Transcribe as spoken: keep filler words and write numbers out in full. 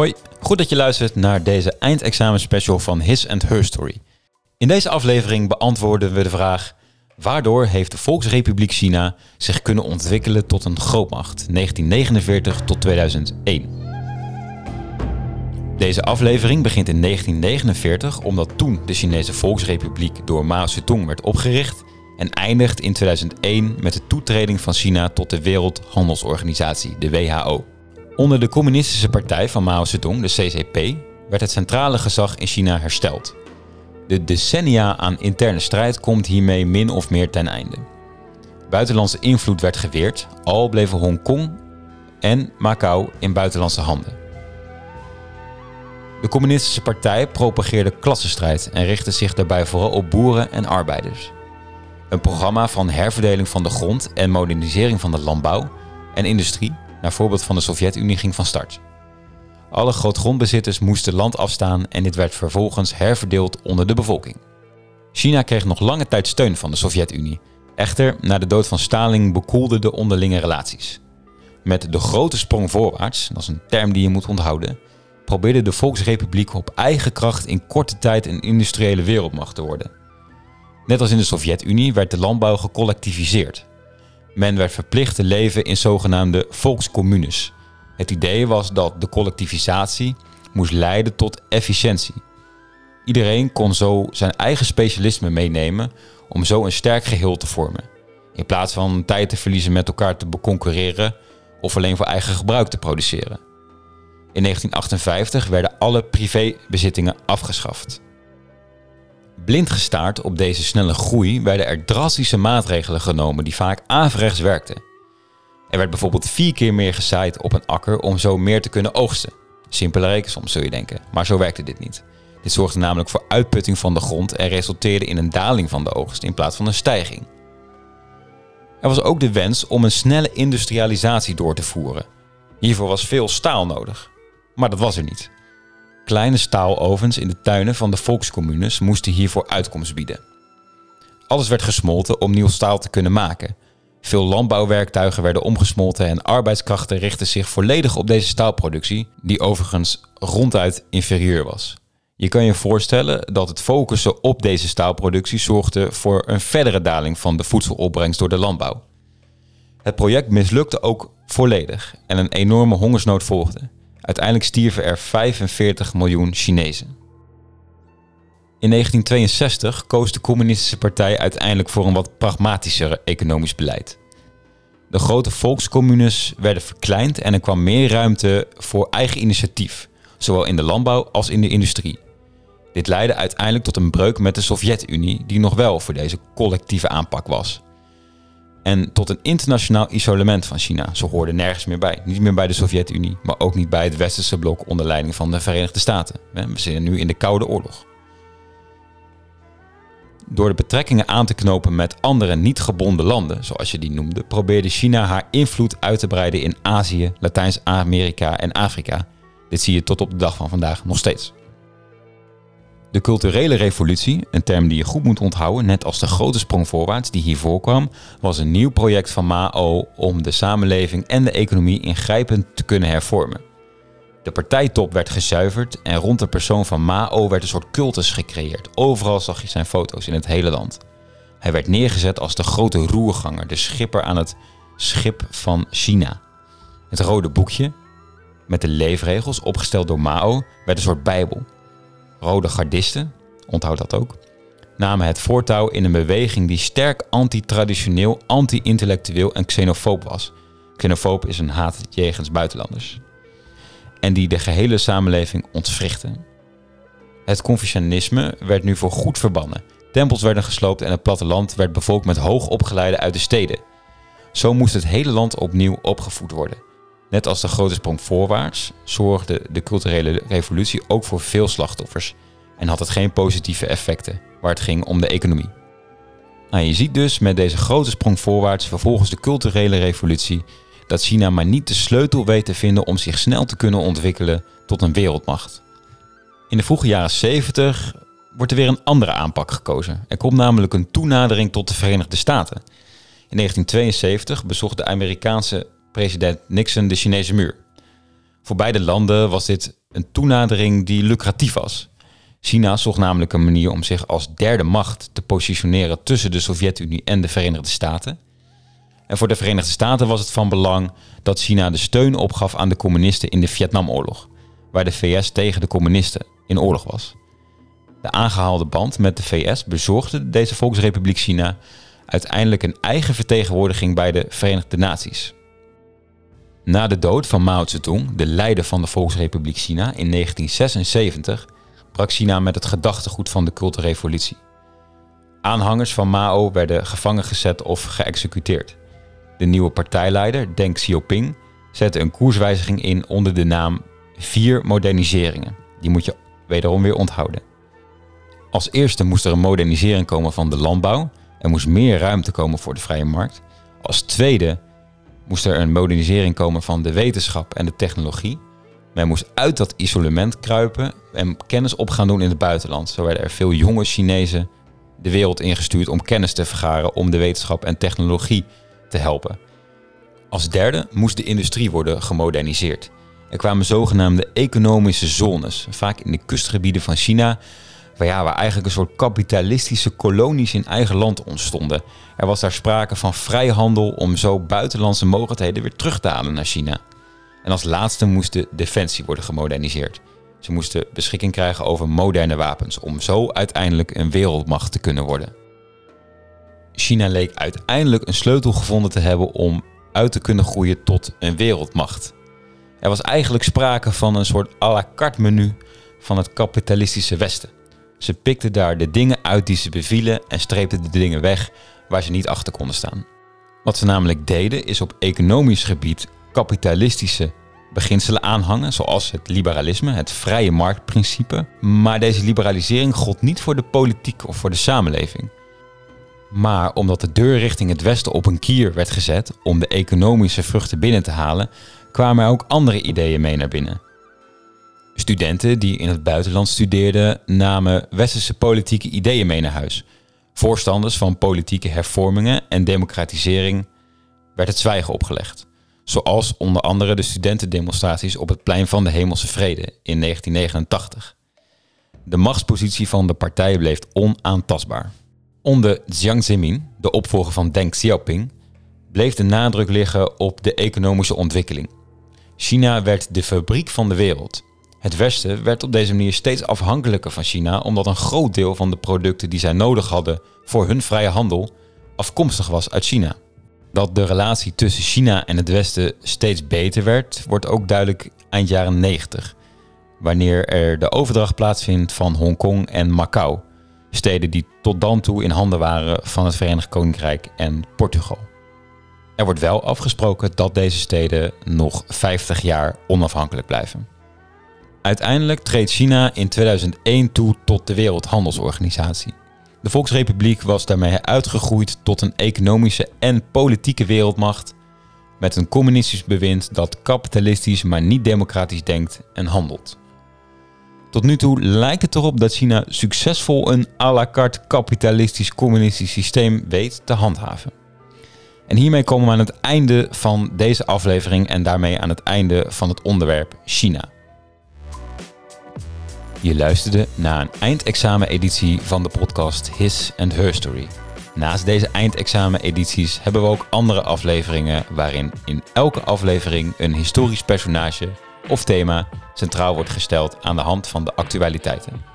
Hoi, goed dat je luistert naar deze eindexamenspecial van His and Her Story. In deze aflevering beantwoorden we de vraag: waardoor heeft de Volksrepubliek China zich kunnen ontwikkelen tot een grootmacht, negentien negenenveertig tot tweeduizend één? Deze aflevering begint in negentien negenenveertig omdat toen de Chinese Volksrepubliek door Mao Zedong werd opgericht en eindigt in tweeduizend één met de toetreding van China tot de Wereldhandelsorganisatie, de W H O. Onder de communistische partij van Mao Zedong, de C C P, werd het centrale gezag in China hersteld. De decennia aan interne strijd komt hiermee min of meer ten einde. Buitenlandse invloed werd geweerd, al bleven Hongkong en Macau in buitenlandse handen. De communistische partij propageerde klassenstrijd en richtte zich daarbij vooral op boeren en arbeiders. Een programma van herverdeling van de grond en modernisering van de landbouw en industrie, naar voorbeeld van de Sovjet-Unie, ging van start. Alle grootgrondbezitters moesten land afstaan en dit werd vervolgens herverdeeld onder de bevolking. China kreeg nog lange tijd steun van de Sovjet-Unie. Echter, na de dood van Stalin bekoelden de onderlinge relaties. Met de grote sprong voorwaarts, dat is een term die je moet onthouden, probeerde de Volksrepubliek op eigen kracht in korte tijd een industriële wereldmacht te worden. Net als in de Sovjet-Unie werd de landbouw gecollectiviseerd. Men werd verplicht te leven in zogenaamde volkscommunes. Het idee was dat de collectivisatie moest leiden tot efficiëntie. Iedereen kon zo zijn eigen specialisme meenemen om zo een sterk geheel te vormen, in plaats van tijd te verliezen met elkaar te concurreren of alleen voor eigen gebruik te produceren. In negentien achtenvijftig werden alle privébezittingen afgeschaft. Blind gestaard op deze snelle groei werden er drastische maatregelen genomen die vaak averechts werkten. Er werd bijvoorbeeld vier keer meer gezaaid op een akker om zo meer te kunnen oogsten. Simpele rekensom zul je denken, maar zo werkte dit niet. Dit zorgde namelijk voor uitputting van de grond en resulteerde in een daling van de oogst in plaats van een stijging. Er was ook de wens om een snelle industrialisatie door te voeren. Hiervoor was veel staal nodig, maar dat was er niet. Kleine staalovens in de tuinen van de volkscommunes moesten hiervoor uitkomst bieden. Alles werd gesmolten om nieuw staal te kunnen maken. Veel landbouwwerktuigen werden omgesmolten en arbeidskrachten richtten zich volledig op deze staalproductie, die overigens ronduit inferieur was. Je kan je voorstellen dat het focussen op deze staalproductie zorgde voor een verdere daling van de voedselopbrengst door de landbouw. Het project mislukte ook volledig en een enorme hongersnood volgde. Uiteindelijk stierven er vijfenveertig miljoen Chinezen. In negentien tweeënzestig koos de communistische partij uiteindelijk voor een wat pragmatischer economisch beleid. De grote volkscommunes werden verkleind en er kwam meer ruimte voor eigen initiatief, zowel in de landbouw als in de industrie. Dit leidde uiteindelijk tot een breuk met de Sovjet-Unie, die nog wel voor deze collectieve aanpak was. En tot een internationaal isolement van China. Ze hoorden nergens meer bij. Niet meer bij de Sovjet-Unie, maar ook niet bij het westerse blok onder leiding van de Verenigde Staten. We zitten nu in de Koude Oorlog. Door de betrekkingen aan te knopen met andere niet gebonden landen, zoals je die noemde, probeerde China haar invloed uit te breiden in Azië, Latijns-Amerika en Afrika. Dit zie je tot op de dag van vandaag nog steeds. De culturele revolutie, een term die je goed moet onthouden, net als de grote sprong voorwaarts die hiervoor kwam, was een nieuw project van Mao om de samenleving en de economie ingrijpend te kunnen hervormen. De partijtop werd gezuiverd en rond de persoon van Mao werd een soort cultus gecreëerd. Overal zag je zijn foto's in het hele land. Hij werd neergezet als de grote roerganger, de schipper aan het schip van China. Het rode boekje, met de leefregels opgesteld door Mao, werd een soort bijbel. Rode gardisten, onthoud dat ook, namen het voortouw in een beweging die sterk anti-traditioneel, anti-intellectueel en xenofoob was. Xenofoob is een haat jegens buitenlanders. En die de gehele samenleving ontwrichtte. Het Confucianisme werd nu voor goed verbannen. Tempels werden gesloopt en het platteland werd bevolkt met hoogopgeleiden uit de steden. Zo moest het hele land opnieuw opgevoed worden. Net als de grote sprong voorwaarts zorgde de culturele revolutie ook voor veel slachtoffers en had het geen positieve effecten waar het ging om de economie. Nou, je ziet dus met deze grote sprong voorwaarts vervolgens de culturele revolutie dat China maar niet de sleutel weet te vinden om zich snel te kunnen ontwikkelen tot een wereldmacht. In de vroege jaren zeventig wordt er weer een andere aanpak gekozen. Er komt namelijk een toenadering tot de Verenigde Staten. In negentien tweeënzeventig bezocht de Amerikaanse president Nixon de Chinese muur. Voor beide landen was dit een toenadering die lucratief was. China zocht namelijk een manier om zich als derde macht te positioneren tussen de Sovjet-Unie en de Verenigde Staten. En voor de Verenigde Staten was het van belang dat China de steun opgaf aan de communisten in de Vietnamoorlog, waar de V S tegen de communisten in oorlog was. De aangehaalde band met de V S bezorgde deze Volksrepubliek China uiteindelijk een eigen vertegenwoordiging bij de Verenigde Naties. Na de dood van Mao Zedong, de leider van de Volksrepubliek China, in negentien zesenzeventig, brak China met het gedachtegoed van de Cultuurrevolutie. Aanhangers van Mao werden gevangen gezet of geëxecuteerd. De nieuwe partijleider, Deng Xiaoping, zette een koerswijziging in onder de naam Vier Moderniseringen. Die moet je wederom weer onthouden. Als eerste moest er een modernisering komen van de landbouw. Er moest meer ruimte komen voor de vrije markt. Als tweede moest er een modernisering komen van de wetenschap en de technologie. Men moest uit dat isolement kruipen en kennis op gaan doen in het buitenland. Zo werden er veel jonge Chinezen de wereld ingestuurd om kennis te vergaren om de wetenschap en technologie te helpen. Als derde moest de industrie worden gemoderniseerd. Er kwamen zogenaamde economische zones, vaak in de kustgebieden van China, waar, ja, waar eigenlijk een soort kapitalistische kolonies in eigen land ontstonden. Er was daar sprake van vrijhandel om zo buitenlandse mogelijkheden weer terug te halen naar China. En als laatste moest de defensie worden gemoderniseerd. Ze moesten beschikking krijgen over moderne wapens om zo uiteindelijk een wereldmacht te kunnen worden. China leek uiteindelijk een sleutel gevonden te hebben om uit te kunnen groeien tot een wereldmacht. Er was eigenlijk sprake van een soort à la carte menu van het kapitalistische Westen. Ze pikten daar de dingen uit die ze bevielen en streepten de dingen weg waar ze niet achter konden staan. Wat ze namelijk deden is op economisch gebied kapitalistische beginselen aanhangen, zoals het liberalisme, het vrije marktprincipe. Maar deze liberalisering gold niet voor de politiek of voor de samenleving. Maar omdat de deur richting het Westen op een kier werd gezet om de economische vruchten binnen te halen, kwamen er ook andere ideeën mee naar binnen. Studenten die in het buitenland studeerden namen westerse politieke ideeën mee naar huis. Voorstanders van politieke hervormingen en democratisering werd het zwijgen opgelegd. Zoals onder andere de studentendemonstraties op het Plein van de Hemelse Vrede in negentien negenentachtig. De machtspositie van de partij bleef onaantastbaar. Onder Jiang Zemin, de opvolger van Deng Xiaoping, bleef de nadruk liggen op de economische ontwikkeling. China werd de fabriek van de wereld. Het Westen werd op deze manier steeds afhankelijker van China, omdat een groot deel van de producten die zij nodig hadden voor hun vrije handel afkomstig was uit China. Dat de relatie tussen China en het Westen steeds beter werd, wordt ook duidelijk eind jaren negentig, wanneer er de overdracht plaatsvindt van Hongkong en Macau, steden die tot dan toe in handen waren van het Verenigd Koninkrijk en Portugal. Er wordt wel afgesproken dat deze steden nog vijftig jaar onafhankelijk blijven. Uiteindelijk treedt China in tweeduizend één toe tot de Wereldhandelsorganisatie. De Volksrepubliek was daarmee uitgegroeid tot een economische en politieke wereldmacht met een communistisch bewind dat kapitalistisch maar niet democratisch denkt en handelt. Tot nu toe lijkt het erop dat China succesvol een à la carte kapitalistisch communistisch systeem weet te handhaven. En hiermee komen we aan het einde van deze aflevering en daarmee aan het einde van het onderwerp China. Je luisterde naar een eindexamen-editie van de podcast His and Her Story. Naast deze eindexamen-edities hebben we ook andere afleveringen waarin in elke aflevering een historisch personage of thema centraal wordt gesteld aan de hand van de actualiteiten.